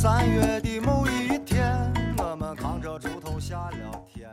3月的某一天，我们扛着锄头下了田。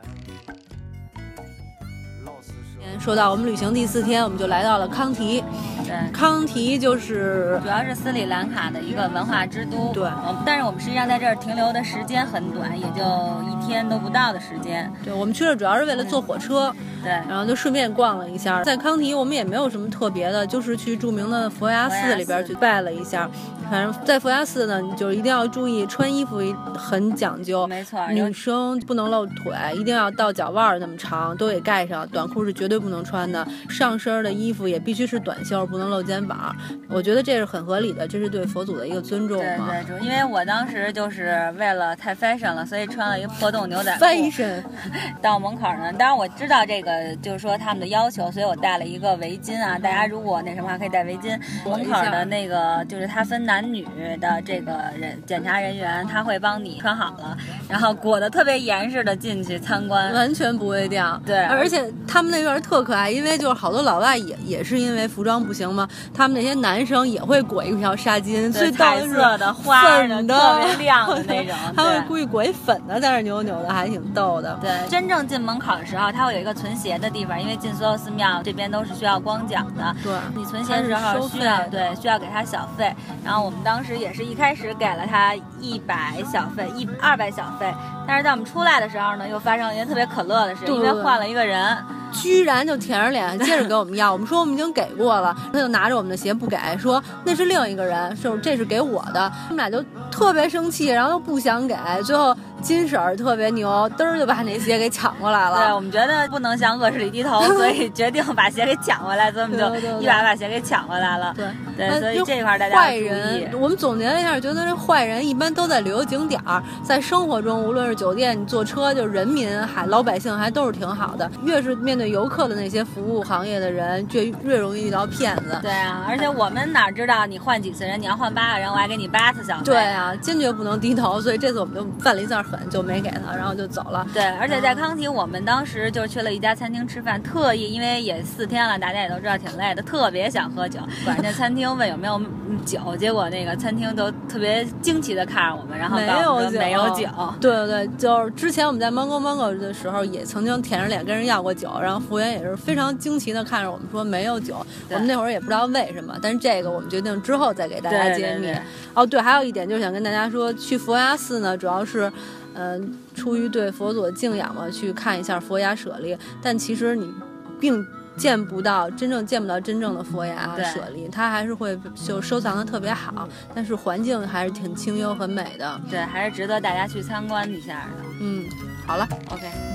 说到我们旅行第4天，我们就来到了康提。 对， 康提就是主要是斯里兰卡的一个文化之都。 对， 但是我们实际上在这儿停留的时间很短，也就1天都不到的时间。 对，我们去了主要是为了坐火车。 对， 然后就顺便逛了一下。在康提我们也没有什么特别的，就是去著名的佛牙寺里边去拜了一下。反正在佛牙寺呢，你就一定要注意穿衣服很讲究， 没错， 女生不能露腿，一定要到脚腕那么长，都得盖上，短裤是绝对不能穿的，上身的衣服也必须是短袖，不能露肩膀。我觉得这是很合理的，这是对佛祖的一个尊重嘛。 对，因为我当时就是为了太 fashion 了，所以穿了一个破洞牛仔裤。 fashion 到门口呢，当然我知道这个就是说他们的要求，所以我带了一个围巾啊。大家如果那什么话可以带围巾。门口的那个就是他分男女的这个检查人员，他会帮你穿好了，然后裹得特别严实的进去参观， 完全不会掉。 对， 而且他们那边特可爱，因为就是好多老外也是因为服装不行嘛，他们那些男生也会裹一条纱巾，最彩色的、花的、特别亮的那种， 他会故意裹一粉的在那扭扭的，还挺逗的。 对，真正进门口的时候，他会有一个存鞋的地方，因为进所有寺庙这边都是需要光脚的。 对， 你存鞋的时候需要给他小费，然后我们当时也是一开始给了他100小费，200小费，但是在我们出来的时候呢，又发生了一件特别可乐的事，因为换了一个人。 居然就舔着脸接着给我们要，我们说我们已经给过了，他就拿着我们的鞋不给，说那是另一个人，说这是给我的，他们俩就特别生气，然后都不想给，最后金婶儿特别牛，嘚儿就把那鞋给抢过来了。 对，我们觉得不能向恶势力低头，所以决定把鞋给抢回来，所以我们就一把鞋给抢回来了。对，所以这块大家坏人，我们总结了一下，觉得这坏人一般都在旅游景点，在生活中无论是酒店、你坐车，就人民还老百姓还都是挺好的。越是面对游客的那些服务行业的人，越容易遇到骗子。 对啊，而且我们哪知道你换几次人，你要换8个人，我还给你8次小费。 对啊，坚决不能低头，所以这次我们就犯了一下狠，就没给他，然后就走了。 对，而且在康提，我们当时就去了一家餐厅吃饭，特意因为也4天了，大家也都知道挺累的，特别想喝酒，管人家餐厅问有没有酒，结果那个餐厅都特别惊奇的看着我们，然后没有酒。 对，就是之前我们在 Mango 的时候也曾经舔着脸跟人要过酒，然后服务员也是非常惊奇的看着我们说没有酒，我们那会儿也不知道为什么，但是这个我们决定之后再给大家揭秘。对，还有一点就是想跟大家说，去佛牙寺呢，主要是出于对佛祖的敬仰嘛，去看一下佛牙舍利，但其实你并见不到真正的佛牙舍利，它还是会就收藏的特别好，但是环境还是挺清幽很美的。 对，还是值得大家去参观一下的。 好了 ，OK。